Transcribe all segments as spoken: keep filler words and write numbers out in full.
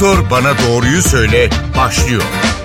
Doktor Bana Doğruyu Söyle başlıyor.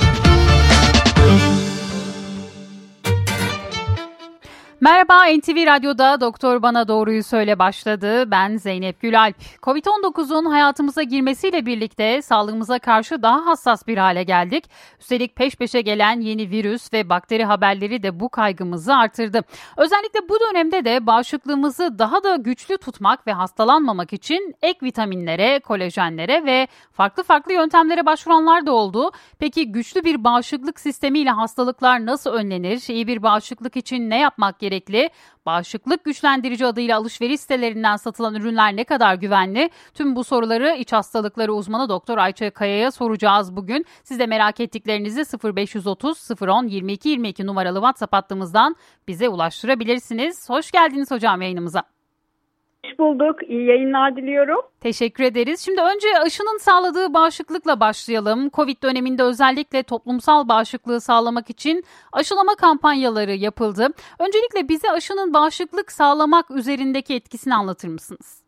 Merhaba, N T V Radyo'da Doktor Bana Doğruyu Söyle başladı. Ben Zeynep Gülalp. kovid on dokuzun hayatımıza girmesiyle birlikte sağlığımıza karşı daha hassas bir hale geldik. Üstelik peş peşe gelen yeni virüs ve bakteri haberleri de bu kaygımızı artırdı. Özellikle bu dönemde de bağışıklığımızı daha da güçlü tutmak ve hastalanmamak için ek vitaminlere, kolajenlere ve farklı farklı yöntemlere başvuranlar da oldu. Peki güçlü bir bağışıklık sistemiyle hastalıklar nasıl önlenir? İyi bir bağışıklık için ne yapmak gerekir? Gerekli. Bağışıklık güçlendirici adıyla alışveriş sitelerinden satılan ürünler ne kadar güvenli? Tüm bu soruları iç hastalıkları uzmanı Doktor Ayça Kaya'ya soracağız bugün. Siz de merak ettiklerinizi sıfır beş otuz sıfır on yirmi iki yirmi iki numaralı WhatsApp hattımızdan bize ulaştırabilirsiniz. Hoş geldiniz hocam yayınımıza. Hoş bulduk. İyi yayınlar diliyorum. Teşekkür ederiz. Şimdi önce aşının sağladığı bağışıklıkla başlayalım. Covid döneminde özellikle toplumsal bağışıklığı sağlamak için aşılama kampanyaları yapıldı. Öncelikle bize aşının bağışıklık sağlamak üzerindeki etkisini anlatır mısınız?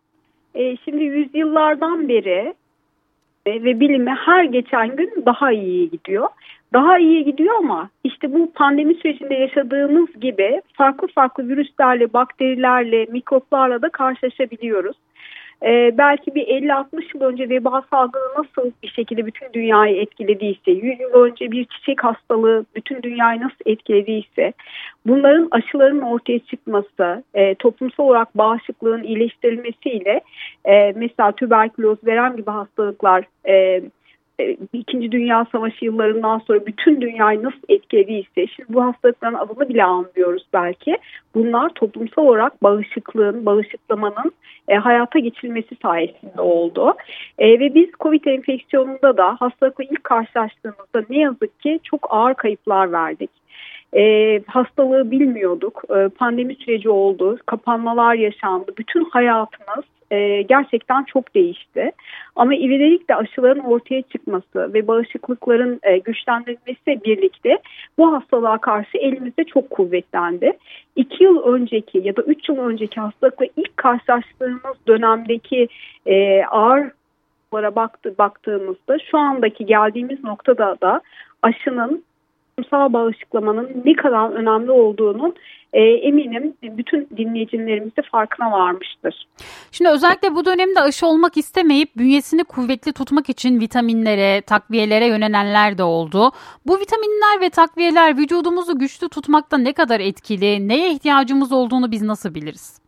E, şimdi yüzyıllardan beri e, ve bilime her geçen gün daha iyi gidiyor. Daha iyi gidiyor ama işte bu pandemi sürecinde yaşadığımız gibi farklı farklı virüslerle, bakterilerle, mikroplarla da karşılaşabiliyoruz. Ee, belki bir elli altmış yıl önce veba salgını nasıl bir şekilde bütün dünyayı etkilediyse, yüz yıl önce bir çiçek hastalığı bütün dünyayı nasıl etkilediyse, bunların aşıların ortaya çıkması, e, toplumsal olarak bağışıklığın iyileştirilmesiyle e, mesela tüberküloz, verem gibi hastalıklar, e, İkinci Dünya Savaşı yıllarından sonra bütün dünyayı nasıl etkilediyse, şimdi bu hastalıkların adını bile anlıyoruz belki. Bunlar toplumsal olarak bağışıklığın, bağışıklamanın e, hayata geçirilmesi sayesinde oldu. E, ve biz Covid enfeksiyonunda da hastalıkla ilk karşılaştığımızda ne yazık ki çok ağır kayıplar verdik. E, hastalığı bilmiyorduk, e, pandemi süreci oldu, kapanmalar yaşandı, bütün hayatımız e, gerçekten çok değişti. Ama ivedilikle aşıların ortaya çıkması ve bağışıklıkların e, güçlendirilmesiyle birlikte bu hastalığa karşı elimizde çok kuvvetlendi. İki yıl önceki ya da üç yıl önceki hastalıkla ilk karşılaştığımız dönemdeki e, ağırlara baktı, baktığımızda şu andaki geldiğimiz noktada da aşının toplumsal bağışıklamanın ne kadar önemli olduğunun e, eminim bütün dinleyicilerimiz de farkına varmıştır. Şimdi özellikle bu dönemde aşı olmak istemeyip bünyesini kuvvetli tutmak için vitaminlere, takviyelere yönelenler de oldu. Bu vitaminler ve takviyeler vücudumuzu güçlü tutmakta ne kadar etkili, neye ihtiyacımız olduğunu biz nasıl biliriz?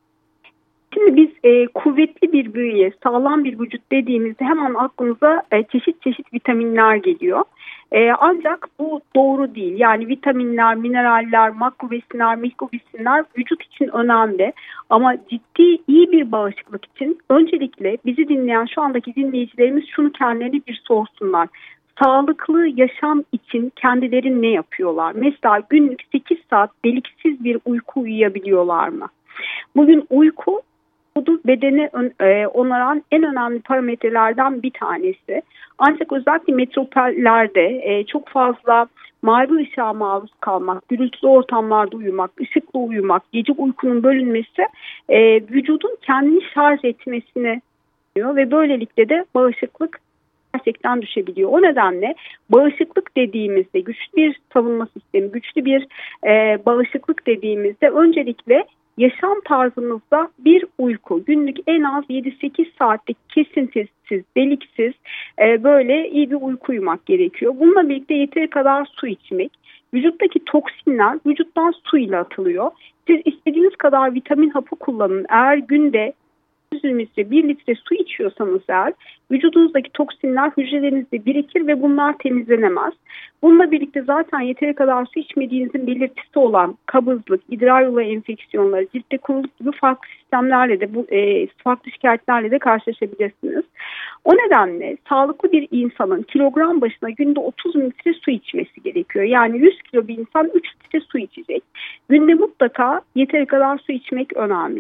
Şimdi biz e, kuvvetli bir bünye, sağlam bir vücut dediğimizde hemen aklımıza e, çeşit çeşit vitaminler geliyor. E, ancak bu doğru değil. Yani vitaminler, mineraller, makrobesinler, mikrobesinler vücut için önemli. Ama ciddi iyi bir bağışıklık için öncelikle bizi dinleyen şu andaki dinleyicilerimiz şunu kendilerine bir sorsunlar. Sağlıklı yaşam için kendileri ne yapıyorlar? Mesela günlük sekiz saat deliksiz bir uyku uyuyabiliyorlar mı? Bugün uyku bedeni onaran en önemli parametrelerden bir tanesi. Ancak özellikle metropollerde çok fazla mavi ışığa maruz kalmak, gürültülü ortamlarda uyumak, ışıkla uyumak, gece uykunun bölünmesi vücudun kendini şarj etmesini diyor ve böylelikle de bağışıklık gerçekten düşebiliyor. O nedenle bağışıklık dediğimizde, güçlü bir savunma sistemi, güçlü bir bağışıklık dediğimizde öncelikle yaşam tarzımızda bir uyku, günlük en az yedi sekiz saatlik kesintisiz, deliksiz e, böyle iyi bir uyku uyumak gerekiyor. Bununla birlikte yeteri kadar su içmek. Vücuttaki toksinler vücuttan su ile atılıyor. Siz istediğiniz kadar vitamin hapı kullanın. Eğer günde yüz litre, bir litre su içiyorsanız eğer vücudunuzdaki toksinler hücrelerinizde birikir ve bunlar temizlenemez. Bununla birlikte zaten yeteri kadar su içmediğinizin belirtisi olan kabızlık, idrar yolu enfeksiyonları, ciltte kuruluk gibi farklı sistemlerle de bu e, farklı şikayetlerle de karşılaşabilirsiniz. O nedenle sağlıklı bir insanın kilogram başına günde otuz litre su içmesi gerekiyor. Yani yüz kilo bir insan üç litre su içecek. Günde mutlaka yeteri kadar su içmek önemli.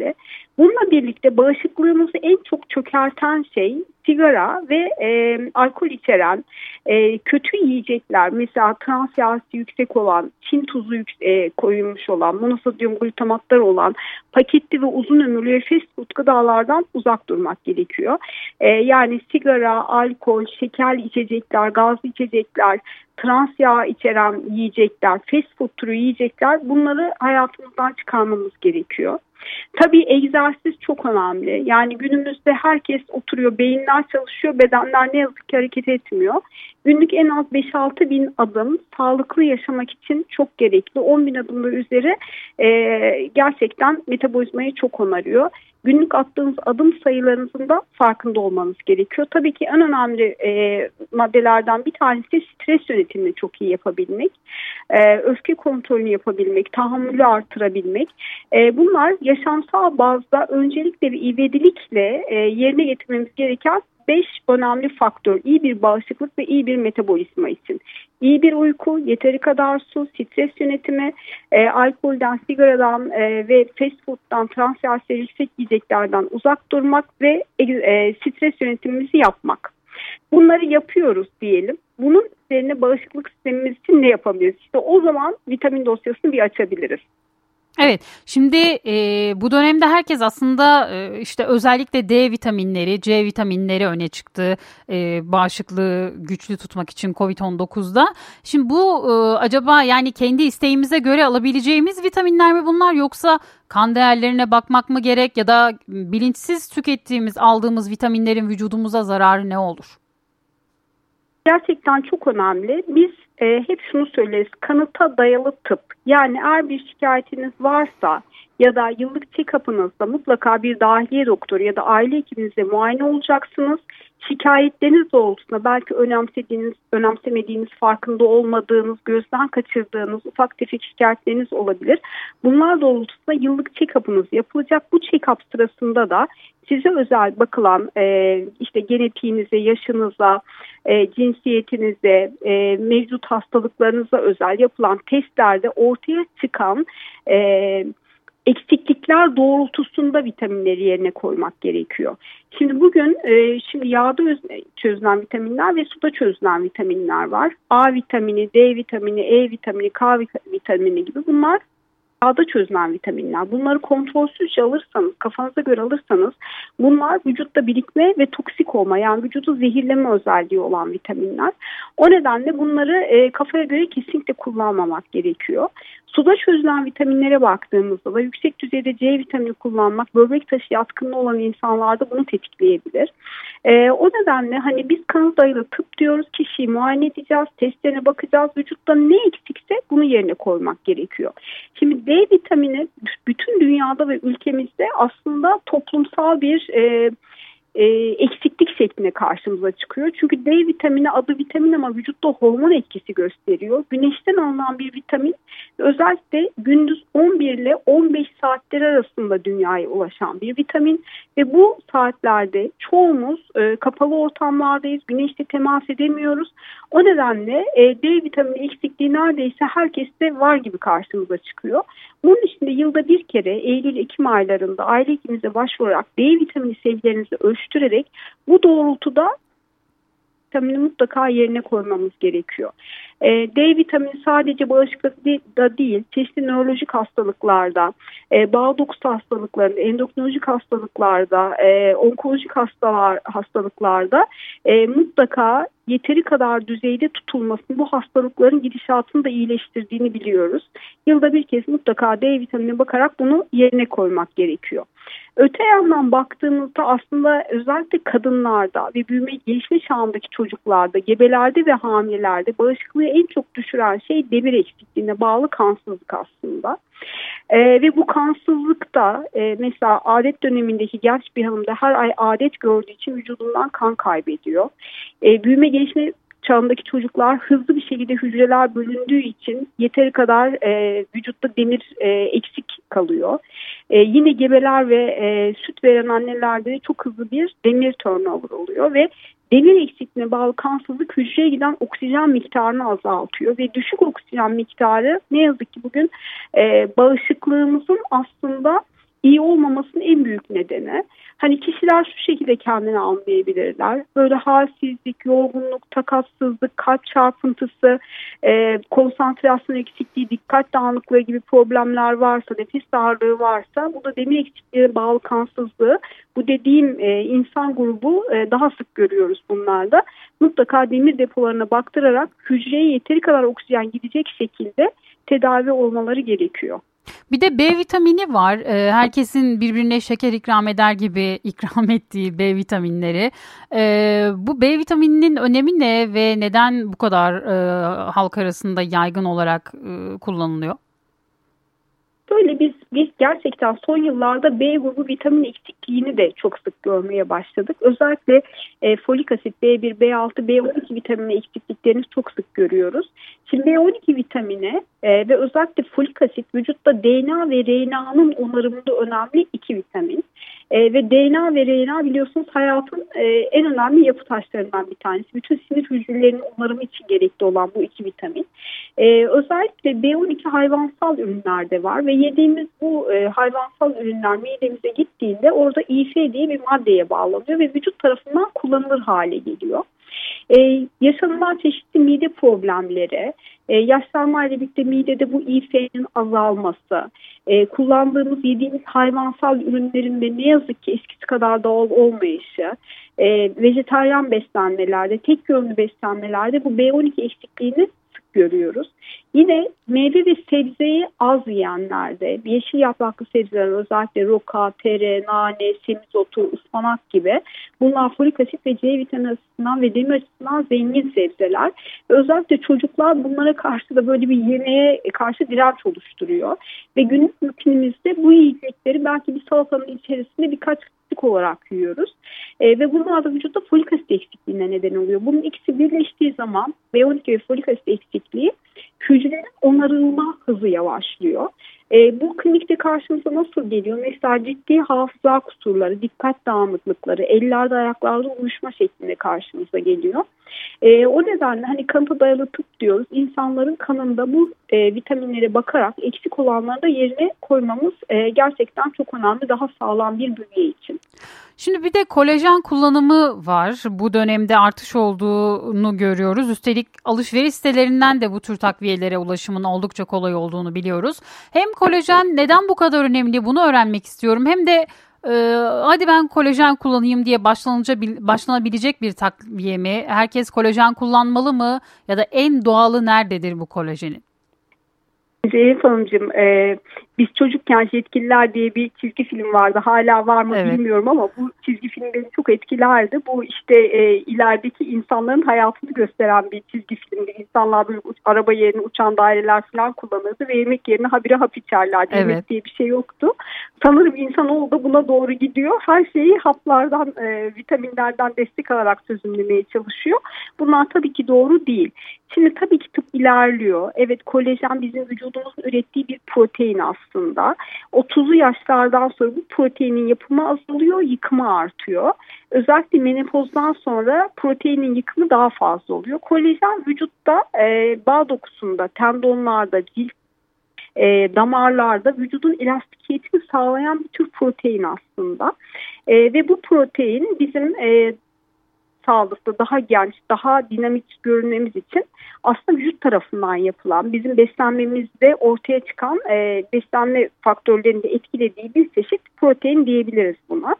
Bununla birlikte bağışıklığımızı en çok çökerten şey sigara ve e, alkol içeren e, kötü yiyecekler. Mesela trans yağısı yüksek olan, Çin tuzu e, koyulmuş olan, monosodyum glutamatlar olan paketli ve uzun ömürlü ve fast food gıdalardan uzak durmak gerekiyor. E, yani sigara, alkol, şekerli içecekler, gazlı içecekler, trans yağ içeren yiyecekler, fast food türü yiyecekler, bunları hayatımızdan çıkarmamız gerekiyor. Tabii egzersiz çok önemli. Yani günümüzde herkes oturuyor, beyinler çalışıyor, bedenler ne yazık ki hareket etmiyor. Günlük en az beş altı bin adım sağlıklı yaşamak için çok gerekli. on bin adımda üzeri e, gerçekten metabolizmayı çok onarıyor. Günlük attığınız adım sayılarınızın da farkında olmanız gerekiyor. Tabii ki en önemli e, maddelerden bir tanesi stres yönetimini çok iyi yapabilmek, e, öfke kontrolünü yapabilmek, tahammülü artırabilmek. E, bunlar yaşamsal bazda öncelikle ve ivedilikle e, yerine getirmemiz gereken beş önemli faktör. İyi bir bağışıklık ve iyi bir metabolizma için. İyi bir uyku, yeteri kadar su, stres yönetimi, e, alkolden, sigaradan e, ve fast food'dan, trans yağları yüksek yiyeceklerden uzak durmak ve e, stres yönetimimizi yapmak. Bunları yapıyoruz diyelim. Bunun üzerine bağışıklık sistemimiz için ne yapabiliriz? İşte o zaman vitamin dosyasını bir açabiliriz. Evet, şimdi e, bu dönemde herkes aslında e, işte özellikle D vitaminleri, C vitaminleri öne çıktı e, bağışıklığı güçlü tutmak için kovid on dokuzda. Şimdi bu e, acaba yani kendi isteğimize göre alabileceğimiz vitaminler mi bunlar, yoksa kan değerlerine bakmak mı gerek ya da bilinçsiz tükettiğimiz, aldığımız vitaminlerin vücudumuza zararı ne olur? Gerçekten çok önemli. Biz e, hep şunu söyleriz, kanıta dayalı tıp. Yani eğer bir şikayetiniz varsa ya da yıllık check-up'ınızda mutlaka bir dahiliye doktoru ya da aile hekiminizle muayene olacaksınız. Şikayetleriniz doğrultusunda belki önemsediğiniz, önemsemediğiniz, farkında olmadığınız, gözden kaçırdığınız ufak tefek şikayetleriniz olabilir. Bunlar doğrultusunda yıllık check-up'ınız yapılacak. Bu check-up sırasında da size özel bakılan e, işte genetiğinize, yaşınıza, e, cinsiyetinize, e, mevcut hastalıklarınıza özel yapılan testlerde ortaya çıkan e, eksiklikler doğrultusunda vitaminleri yerine koymak gerekiyor. Şimdi bugün e, şimdi yağda çözülen vitaminler ve suda çözülen vitaminler var. A vitamini, D vitamini, E vitamini, K vitamini gibi bunlar yağda çözülen vitaminler. Bunları kontrolsüzce alırsanız, kafanıza göre alırsanız bunlar vücutta birikme ve toksik olma, yani vücudu zehirleme özelliği olan vitaminler. O nedenle bunları e, kafaya göre kesinlikle kullanmamak gerekiyor. Suda çözülen vitaminlere baktığımızda da yüksek düzeyde C vitamini kullanmak böbrek taşı yatkınlığı olan insanlarda bunu tetikleyebilir. Ee, o nedenle hani biz kanıt dayalı tıp diyoruz, kişiyi muayene edeceğiz, testlerine bakacağız, vücutta ne eksikse bunu yerine koymak gerekiyor. Şimdi D vitamini bütün dünyada ve ülkemizde aslında toplumsal bir e, E, eksiklik şeklinde karşımıza çıkıyor. Çünkü D vitamini adı vitamin ama vücutta hormon etkisi gösteriyor. Güneşten alınan bir vitamin, özellikle gündüz on bir ile on beş saatler arasında dünyaya ulaşan bir vitamin ve bu saatlerde çoğumuz e, kapalı ortamlardayız, güneşte temas edemiyoruz. O nedenle e, D vitamini eksikliği neredeyse herkeste var gibi karşımıza çıkıyor. Bunun için de yılda bir kere Eylül-Ekim aylarında aile hekimimize başvurarak D vitamini seviyelerinizi ölçtürerek bu doğrultuda vitamini mutlaka yerine koymamız gerekiyor. E, D vitamini sadece bağışıklıkta değil, çeşitli nörolojik hastalıklarda, e, bağ dokusu hastalıklarında, endokrinolojik hastalıklarda, e, onkolojik hastalar, hastalıklarda e, mutlaka yeteri kadar düzeyde tutulmasını, bu hastalıkların gidişatını da iyileştirdiğini biliyoruz. Yılda bir kez mutlaka D vitaminine bakarak bunu yerine koymak gerekiyor. Öte yandan baktığımızda aslında özellikle kadınlarda ve büyüme gelişme çağındaki çocuklarda, gebelerde ve hamilelerde bağışıklığı en çok düşüren şey demir eksikliğine bağlı kansızlık aslında. Ee, ve bu kansızlıkta e, mesela adet dönemindeki genç bir hanımda her ay adet gördüğü için vücudundan kan kaybediyor. E, büyüme gelişme çağındaki çocuklar hızlı bir şekilde hücreler bölündüğü için yeteri kadar e, vücutta demir e, eksik kalıyor. E, yine gebeler ve e, süt veren annelerde de çok hızlı bir demir turnover oluyor ve demir eksikliğine bağlı kansızlık hücreye giden oksijen miktarını azaltıyor ve düşük oksijen miktarı ne yazık ki bugün e, bağışıklığımızın aslında iyi olmamasının en büyük nedeni, hani kişiler şu şekilde kendini anlayabilirler. Böyle halsizlik, yorgunluk, takatsızlık, kalp çarpıntısı, e, konsantrasyon eksikliği, dikkat dağınıklığı gibi problemler varsa, nefes darlığı varsa, bu da demir eksikliğine bağlı kansızlığı, bu dediğim e, insan grubu e, daha sık görüyoruz bunlarda. Mutlaka demir depolarına baktırarak hücreye yeteri kadar oksijen gidecek şekilde tedavi olmaları gerekiyor. Bir de B vitamini var. Herkesin birbirine şeker ikram eder gibi ikram ettiği B vitaminleri. Bu B vitamininin önemi ne ve neden bu kadar halk arasında yaygın olarak kullanılıyor? Böyle biz, biz gerçekten son yıllarda B grubu vitamin eksikliğini de çok sık görmeye başladık. Özellikle e, folik asit, B bir, B altı, B on iki vitamini eksikliklerini çok sık görüyoruz. Şimdi B on iki vitamini e, ve özellikle folik asit vücutta D N A ve R N A'nın onarımında önemli iki vitamin. E, ve D N A ve R N A biliyorsunuz hayatın e, en önemli yapı taşlarından bir tanesi. Bütün sinir hücrelerinin onarımı için gerekli olan bu iki vitamin. E, özellikle B on iki hayvansal ürünlerde var ve yediğimiz bu e, hayvansal ürünler midemize gittiğinde orada İ F diye bir maddeye bağlanıyor ve vücut tarafından kullanılır hale geliyor. Ee, yaşanılan çeşitli mide problemleri, e, yaşlanmayla birlikte midede bu İ F'nin azalması, e, kullandığımız, yediğimiz hayvansal ürünlerin de ne yazık ki eskisi kadar doğal olmayışı, e, vejetaryen beslenmelerde, tek yönlü beslenmelerde bu B on iki eksikliğini sık görüyoruz. Yine meyve ve sebzeyi az yiyenlerde, yeşil yapraklı sebzeler, özellikle roka, tere, nane, semizotu, ıspanak gibi, bunlar folik asit ve C vitamini açısından ve demir açısından zengin sebzeler. Ve özellikle çocuklar bunlara karşı da böyle bir yemeğe karşı direnç oluşturuyor. Ve günlük rutinimizde bu yiyecekleri belki bir salatanın içerisinde birkaç küçük olarak yiyoruz. E, ve bunlar da vücutta folik asit eksikliğine neden oluyor. Bunun ikisi birleştiği zaman B on iki ve folik asit eksikliği, hücrenin onarılma hızı yavaşlıyor. E, bu klinikte karşımıza nasıl geliyor? Mesela ciddi hafıza kusurları, dikkat dağınıklıkları, ellerde ayaklarda uyuşma şeklinde karşımıza geliyor. E, o nedenle hani kanıta dayalı tıp diyoruz. İnsanların kanında bu e, vitaminlere bakarak eksik olanları da yerine koymamız e, gerçekten çok önemli. Daha sağlam bir bünye için. Şimdi bir de kolajen kullanımı var. Bu dönemde artış olduğunu görüyoruz. Üstelik alışveriş sitelerinden de bu tür takviyelere ulaşımın oldukça kolay olduğunu biliyoruz. Hem kolajen neden bu kadar önemli, bunu öğrenmek istiyorum. Hem de e, hadi ben kolajen kullanayım diye başlanınca başlanabilecek bir takviye mi? Herkes kolajen kullanmalı mı? Ya da en doğalı nerededir bu kolajenin? Zeynep Hanımcığım, e, biz çocukken Yetkililer diye bir çizgi film vardı. Hala var mı evet. bilmiyorum ama bu çizgi film beni çok etkilerdi. Bu işte e, ilerideki insanların hayatını gösteren bir çizgi filmdi. İnsanlar böyle araba yerine uçan daireler falan kullanırdı ve yemek yerine habire hap içerlerdi. Evet. Yemek diye bir şey yoktu. Sanırım insanoğlu da buna doğru gidiyor. Her şeyi haplardan, e, vitaminlerden destek alarak çözümlemeye çalışıyor. Bunlar tabii ki doğru değil. Şimdi tabii ki tıp ilerliyor. Evet, kolajen bizim vücudumuzun ürettiği bir protein aslında. otuzlu yaşlardan sonra bu proteinin yapımı azalıyor, yıkımı artıyor. Özellikle menopozdan sonra proteinin yıkımı daha fazla oluyor. Kolajen vücutta e, bağ dokusunda, tendonlarda, cilt, e, damarlarda vücudun elastikiyetini sağlayan bir tür protein aslında. E, ve bu protein bizim E, sağlıklı, daha genç, daha dinamik görünmemiz için aslında vücut tarafından yapılan, bizim beslenmemizde ortaya çıkan e, beslenme faktörlerinde etkilediği bir çeşit protein diyebiliriz buna.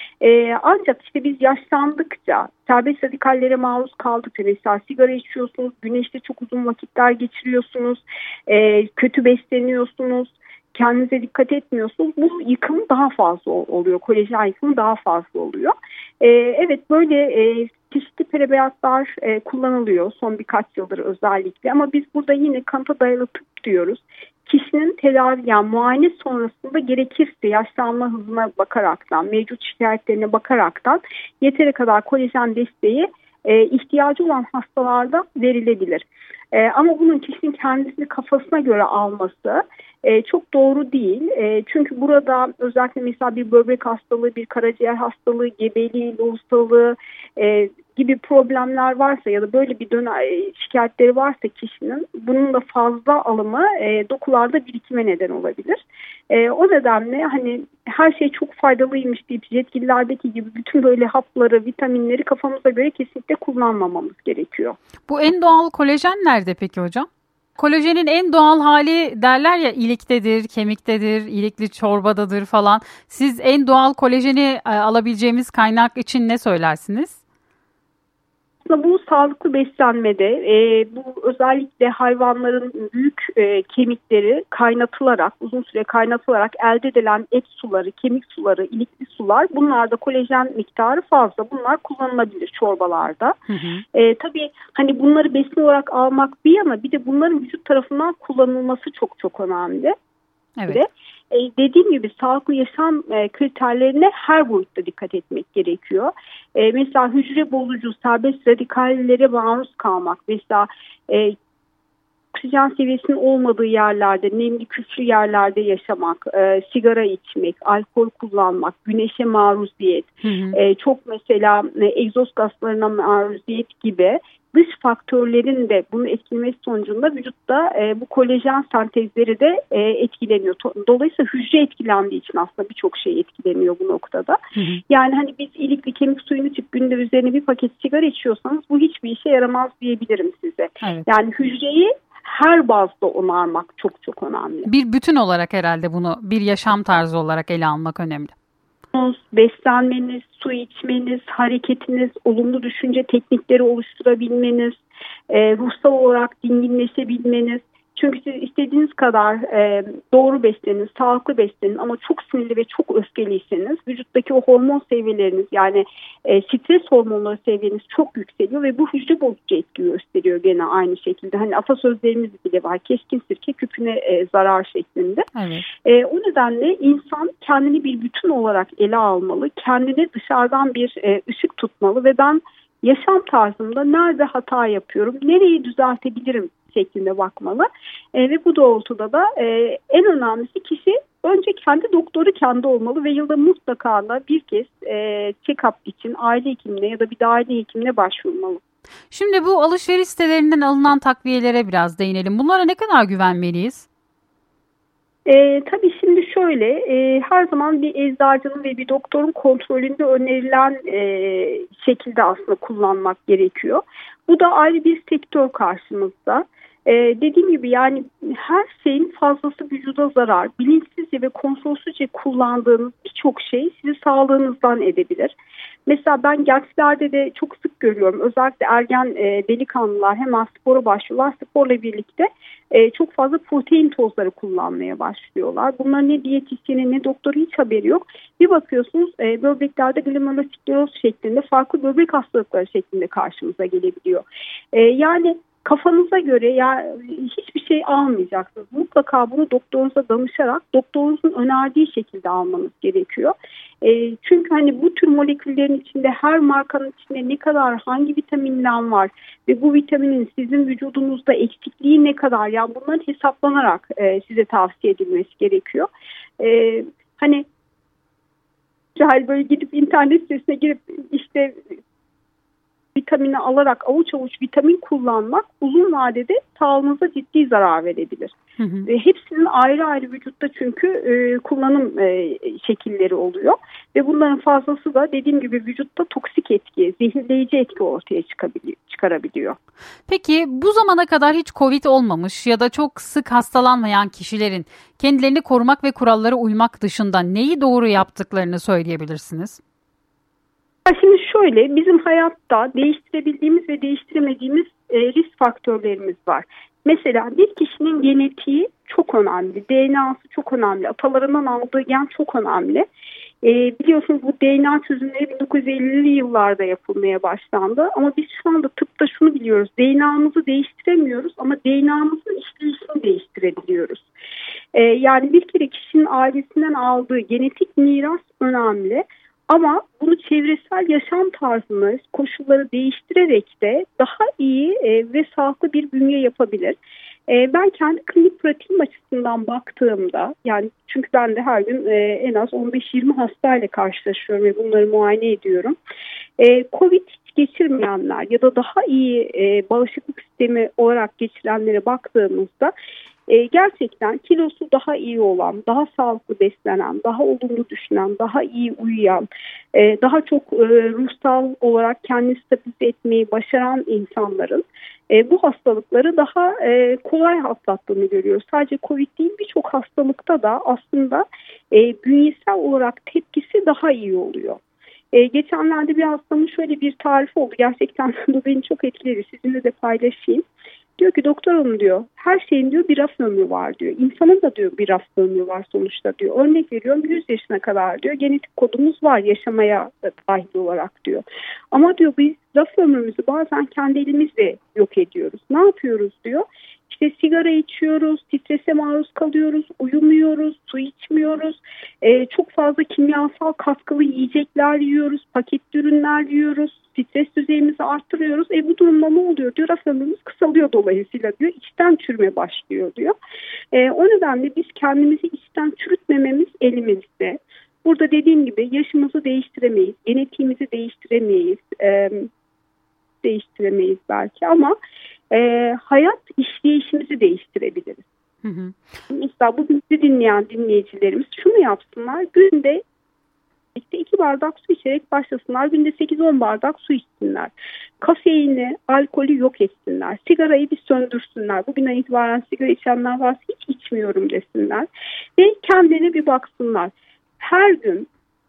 E, ancak işte biz yaşlandıkça, serbest radikallere maruz kaldıkça, mesela sigara içiyorsunuz, güneşte çok uzun vakitler geçiriyorsunuz, e, kötü besleniyorsunuz, kendinize dikkat etmiyorsunuz. Bu yıkım daha fazla oluyor. Kolajen yıkımı daha fazla oluyor. Ee, evet böyle e, çeşitli preparatlar e, kullanılıyor son birkaç yıldır özellikle. Ama biz burada yine kanıta dayalı tıp diyoruz. Kişinin tedavi, yani muayene sonrasında gerekirse yaşlanma hızına bakaraktan, mevcut şikayetlerine bakaraktan yeteri kadar kolajen desteği e, ihtiyacı olan hastalarda verilebilir. E, ama bunun kişinin kendisini kafasına göre alması e, çok doğru değil. E, çünkü burada özellikle mesela bir böbrek hastalığı, bir karaciğer hastalığı, gebeliği, hastalığı e, gibi problemler varsa ya da böyle bir dönem e, şikayetleri varsa kişinin, bunun da fazla alımı e, dokularda birikime neden olabilir. E, o nedenle hani her şey çok faydalıymış deyip yetkililerdeki gibi bütün böyle hapları, vitaminleri kafamıza göre kesinlikle kullanmamamız gerekiyor. Bu en doğal kolajen nerede peki hocam? Kolajenin en doğal hali derler ya, iliktedir, kemiktedir, ilikli çorbadadır falan. Siz en doğal kolajeni e, alabileceğimiz kaynak için ne söylersiniz? Bu sağlıklı beslenmede e, bu özellikle hayvanların büyük e, kemikleri kaynatılarak, uzun süre kaynatılarak elde edilen et suları, kemik suları, ilikli sular, bunlarda kolajen miktarı fazla. Bunlar kullanılabilir çorbalarda. Hı hı. E, tabii hani bunları besin olarak almak bir yana, bir de bunların vücut tarafından kullanılması çok çok önemli. Evet. Ve e, dediğim gibi sağlıklı yaşam e, kriterlerine her boyutta dikkat etmek gerekiyor. E, mesela hücre bozucu, serbest radikallere maruz kalmak, mesela e, oksijen seviyesinin olmadığı yerlerde, nemli küflü yerlerde yaşamak, e, sigara içmek, alkol kullanmak, güneşe maruziyet, hı hı. E, çok mesela e, egzoz gazlarına maruziyet gibi dış faktörlerin de bunu etkilemesi sonucunda vücutta e, bu kolajen sentezleri de e, etkileniyor. Dolayısıyla hücre etkilendiği için aslında birçok şey etkileniyor bu noktada. Hı hı. Yani hani biz ilikli kemik suyunu içip günde üzerine bir paket sigara içiyorsanız bu hiçbir işe yaramaz diyebilirim size. Evet. Yani hücreyi her bazda onarmak çok çok önemli. Bir bütün olarak herhalde bunu bir yaşam tarzı olarak ele almak önemli. Beslenmeniz, su içmeniz, hareketiniz, olumlu düşünce teknikleri oluşturabilmeniz, e, ruhsal olarak dinginleşebilmeniz. Çünkü siz istediğiniz kadar e, doğru beslenin, sağlıklı beslenin ama çok sinirli ve çok öfkeliyseniz vücuttaki o hormon seviyeleriniz, yani e, stres hormonları seviyeniz çok yükseliyor ve bu hücre bozucu etki gösteriyor gene aynı şekilde. Hani atasözlerimiz bile var, keskin sirke küpüne e, zarar şeklinde. Evet. E, o nedenle insan kendini bir bütün olarak ele almalı, kendine dışarıdan bir e, ışık tutmalı ve ben yaşam tarzımda nerede hata yapıyorum, nereyi düzeltebilirim şeklinde bakmalı. E, ve bu doğrultuda da e, en önemlisi kişi önce kendi doktoru kendi olmalı ve yılda mutlaka da bir kez e, check-up için aile hekimine ya da bir de aile hekimine başvurmalı. Şimdi bu alışveriş sitelerinden alınan takviyelere biraz değinelim. Bunlara ne kadar güvenmeliyiz? E, tabii şimdi şöyle, e, her zaman bir eczacının ve bir doktorun kontrolünde önerilen e, şekilde aslında kullanmak gerekiyor. Bu da ayrı bir sektör karşımızda. Ee, dediğim gibi yani her şeyin fazlası vücuda zarar. Bilinçsizce ve kontrolsüzce kullandığınız birçok şey sizi sağlığınızdan edebilir. Mesela ben gençlerde de çok sık görüyorum. Özellikle ergen e, delikanlılar hemen spora başlıyorlar. Sporla birlikte e, çok fazla protein tozları kullanmaya başlıyorlar. Bunların ne diyetisyeni ne doktoru hiç haberi yok. Bir bakıyorsunuz e, böbreklerde glomeruloskleroz şeklinde farklı böbrek hastalıkları şeklinde karşımıza gelebiliyor. E, yani kafanıza göre ya hiçbir şey almayacaksınız. Mutlaka bunu doktorunuza danışarak doktorunuzun önerdiği şekilde almanız gerekiyor. E, çünkü hani bu tür moleküllerin içinde her markanın içinde ne kadar hangi vitaminler var ve bu vitaminin sizin vücudunuzda eksikliği ne kadar, yani bunların hesaplanarak e, size tavsiye edilmesi gerekiyor. E, hani böyle gidip internet sitesine girip işte vitamini alarak avuç avuç vitamin kullanmak uzun vadede sağlığınıza ciddi zarar verebilir. Hı hı. Ve hepsinin ayrı ayrı vücutta çünkü e, kullanım e, şekilleri oluyor. Ve bunların fazlası da dediğim gibi vücutta toksik etki, zehirleyici etki ortaya çıkarabiliyor. Peki bu zamana kadar hiç Covid olmamış ya da çok sık hastalanmayan kişilerin kendilerini korumak ve kurallara uymak dışında neyi doğru yaptıklarını söyleyebilirsiniz? Şimdi şöyle, bizim hayatta değiştirebildiğimiz ve değiştiremediğimiz e, risk faktörlerimiz var. Mesela bir kişinin genetiği çok önemli, D N A'sı çok önemli, atalarından aldığı gen çok önemli. E, biliyorsunuz bu D N A çözümleri bin dokuz yüz ellili yıllarda yapılmaya başlandı. Ama biz şu anda tıpta şunu biliyoruz, D N A'mızı değiştiremiyoruz ama D N A'mızın işleyişini değiştirebiliyoruz. E, yani bir kere kişinin ailesinden aldığı genetik miras önemli. Ama bunu çevresel yaşam tarzını, koşulları değiştirerek de daha iyi e, ve sağlıklı bir bünye yapabilir. E, ben kendi klinik pratiğim açısından baktığımda, yani çünkü ben de her gün e, en az on beş yirmi hastayla karşılaşıyorum ve bunları muayene ediyorum. E, Covid hiç geçirmeyenler ya da daha iyi e, bağışıklık sistemi olarak geçirenlere baktığımızda e, gerçekten kilosu daha iyi olan, daha sağlıklı beslenen, daha olumlu düşünen, daha iyi uyuyan, e, daha çok e, ruhsal olarak kendini stabilize etmeyi başaran insanların e, bu hastalıkları daha e, kolay atlattığını görüyoruz. Sadece Covid değil, birçok hastalıkta da aslında e, bünyesel olarak tepkisi daha iyi oluyor. Ee, geçenlerde bir hastamın şöyle bir tarifi oldu. Gerçekten bu beni çok etkiledi. Sizinle de paylaşayım. Diyor ki doktor hanım diyor, her şeyin diyor bir raf ömrü var diyor. İnsanın da diyor bir raf ömrü var sonuçta diyor. Örnek veriyorum, yüz yaşına kadar diyor genetik kodumuz var yaşamaya dahil olarak diyor. Ama diyor biz raf ömrümüzü bazen kendi elimizle yok ediyoruz. Ne yapıyoruz diyor. İşte sigara içiyoruz, strese maruz kalıyoruz, uyumuyoruz, su içmiyoruz, ee, çok fazla kimyasal katkılı yiyecekler yiyoruz, paketli ürünler yiyoruz, stres düzeyimizi arttırıyoruz. E bu durumda ne oluyor diyor, raf ömrümüz kısalıyor dolayısıyla diyor, içten çürüme başlıyor diyor. E, o nedenle biz kendimizi içten çürütmememiz elimizde. Burada dediğim gibi yaşımızı değiştiremeyiz, genetiğimizi değiştiremeyiz, e, değiştiremeyiz belki ama e, hayat işleyişimizi değiştirebiliriz. Hı hı. Mesela bugün bizi dinleyen dinleyicilerimiz şunu yapsınlar, günde işte iki bardak su içerek başlasınlar, günde sekiz on bardak su içsinler. Kafeini, alkolü yok etsinler, sigarayı bir söndürsünler. Bugünden itibaren sigara içenler varsa hiç içmiyorum desinler ve kendine bir baksınlar. Her gün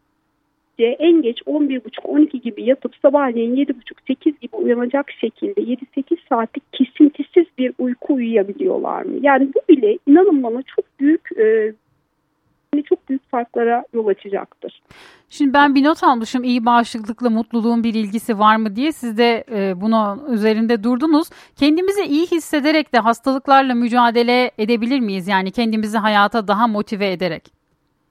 en geç on bir buçuk on iki gibi yatıp sabahleyin yedi buçuk sekiz gibi uyanacak şekilde yedi sekiz saatlik kesintisiz bir uyku uyuyabiliyorlar mı? Yani bu bile inanın bana çok büyük e, çok büyük farklara yol açacaktır. Şimdi ben bir not almışım, iyi bağışıklıkla mutluluğun bir ilgisi var mı diye. Siz de e, bunu üzerinde durdunuz. Kendimizi iyi hissederek de hastalıklarla mücadele edebilir miyiz? Yani kendimizi hayata daha motive ederek.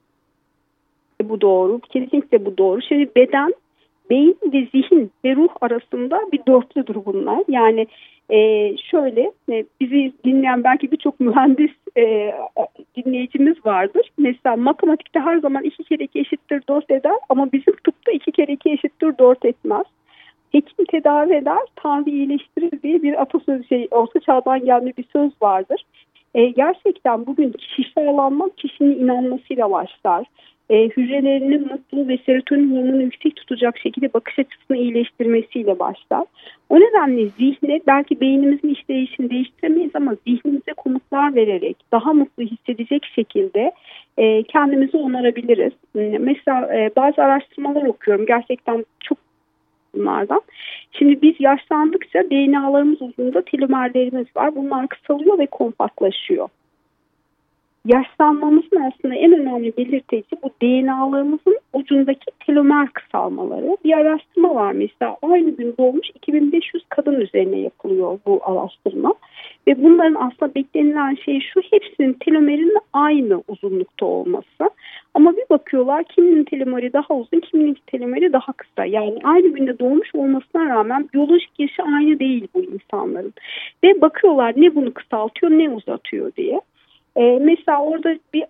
Bu doğru. Kesinlikle bu doğru. Şimdi beden, beyin ve zihin ve ruh arasında bir dörtlüdür bunlar. Yani e, şöyle e, bizi dinleyen belki birçok mühendis e, dinleyicimiz vardır. Mesela matematikte her zaman iki kere iki eşittir dört eder ama bizim tıpta iki kere iki eşittir dört etmez. Hekim tedavi eder, Tanrı iyileştirir diye bir atasözü, şey, Orta Çağ'dan gelme bir söz vardır. E, gerçekten bugün şifalanmak kişinin inanmasıyla başlar. E, hücrelerinin mutlu ve serotonin hormonunu yüksek tutacak şekilde bakış açısını iyileştirmesiyle başlar. O nedenle zihne, belki beynimizin işleyişini değiştiremeyiz ama zihnimize komutlar vererek daha mutlu hissedecek şekilde e, kendimizi onarabiliriz. E, mesela e, bazı araştırmalar okuyorum, gerçekten çok bunlardan. Şimdi biz yaşlandıkça D N A'larımız uzunluğunda telomerlerimiz var. Bunlar kısalıyor ve kompaktlaşıyor. Yaşlanmamızın aslında en önemli belirteci bu D N A'larımızın ucundaki telomer kısalmaları. Bir araştırma var mesela, aynı gün doğmuş iki bin beş yüz kadın üzerine yapılıyor bu araştırma. Ve bunların aslında beklenilen şey şu, hepsinin telomerinin aynı uzunlukta olması. Ama bir bakıyorlar, kiminin telomeri daha uzun, kiminin telomeri daha kısa. Yani aynı günde doğmuş olmasına rağmen biyolojik yaşı aynı değil bu insanların. Ve bakıyorlar ne bunu kısaltıyor ne uzatıyor diye. Ee, mesela orada bir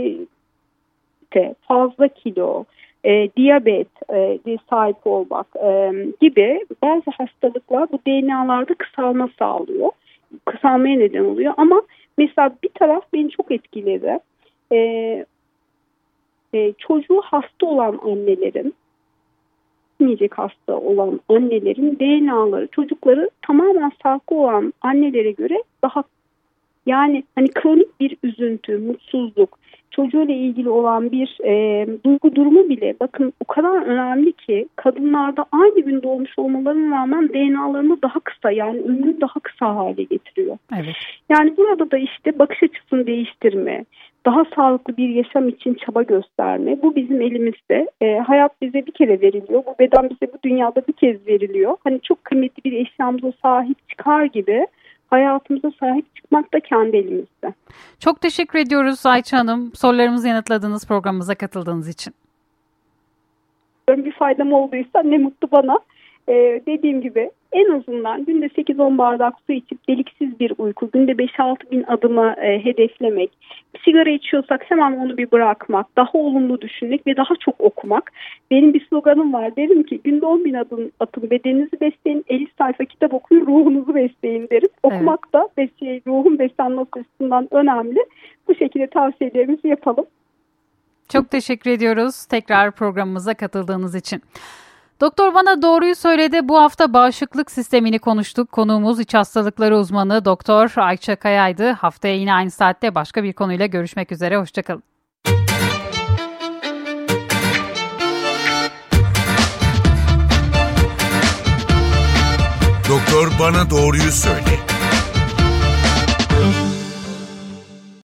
e, fazla kilo, e, diyabet e, sahip olmak e, gibi bazı hastalıklar bu D N A'larda kısalma sağlıyor. Kısalmaya neden oluyor. Ama mesela bir taraf beni çok etkiledi. E, e, çocuğu hasta olan annelerin, yiyecek hasta olan annelerin D N A'ları, çocukları tamamen sağlıklı olan annelere göre daha, yani hani kronik bir üzüntü, mutsuzluk, çocuğuyla ilgili olan bir e, duygu durumu bile bakın o kadar önemli ki kadınlarda aynı gün doğmuş olmalarına rağmen D N A'larını daha kısa, yani ömrü daha kısa hale getiriyor. Evet. Yani burada da işte bakış açısını değiştirme, daha sağlıklı bir yaşam için çaba gösterme, bu bizim elimizde. E, hayat bize bir kere veriliyor, bu beden bize bu dünyada bir kez veriliyor. Hani çok kıymetli bir eşyamıza sahip çıkar gibi hayatımıza sahip çıkmak da kendi elimizde. Çok teşekkür ediyoruz Ayça Hanım. Sorularımızı yanıtladığınız, programımıza katıldığınız için. Bir faydam olduysa ne mutlu bana. Ee, dediğim gibi en azından günde sekiz on bardak su içip deliksiz bir uyku, günde beş altı bin adımı e, hedeflemek, sigara içiyorsak hemen onu bir bırakmak, daha olumlu düşünmek ve daha çok okumak. Benim bir sloganım var, derim ki günde on bin adım atın, bedeninizi besleyin, elli sayfa kitap okuyun, ruhunuzu besleyin derim. Okumak evet. da besleyin, ruhun beslenmesi açısından önemli. Bu şekilde tavsiyelerimizi yapalım. Çok teşekkür ediyoruz tekrar programımıza katıldığınız için. Doktor Bana Doğruyu Söyledi. Bu hafta bağışıklık sistemini konuştuk. Konuğumuz iç hastalıkları uzmanı Doktor Ayça Kaya'ydı. Haftaya yine aynı saatte başka bir konuyla görüşmek üzere. Hoşçakalın. Doktor Bana Doğruyu Söyle.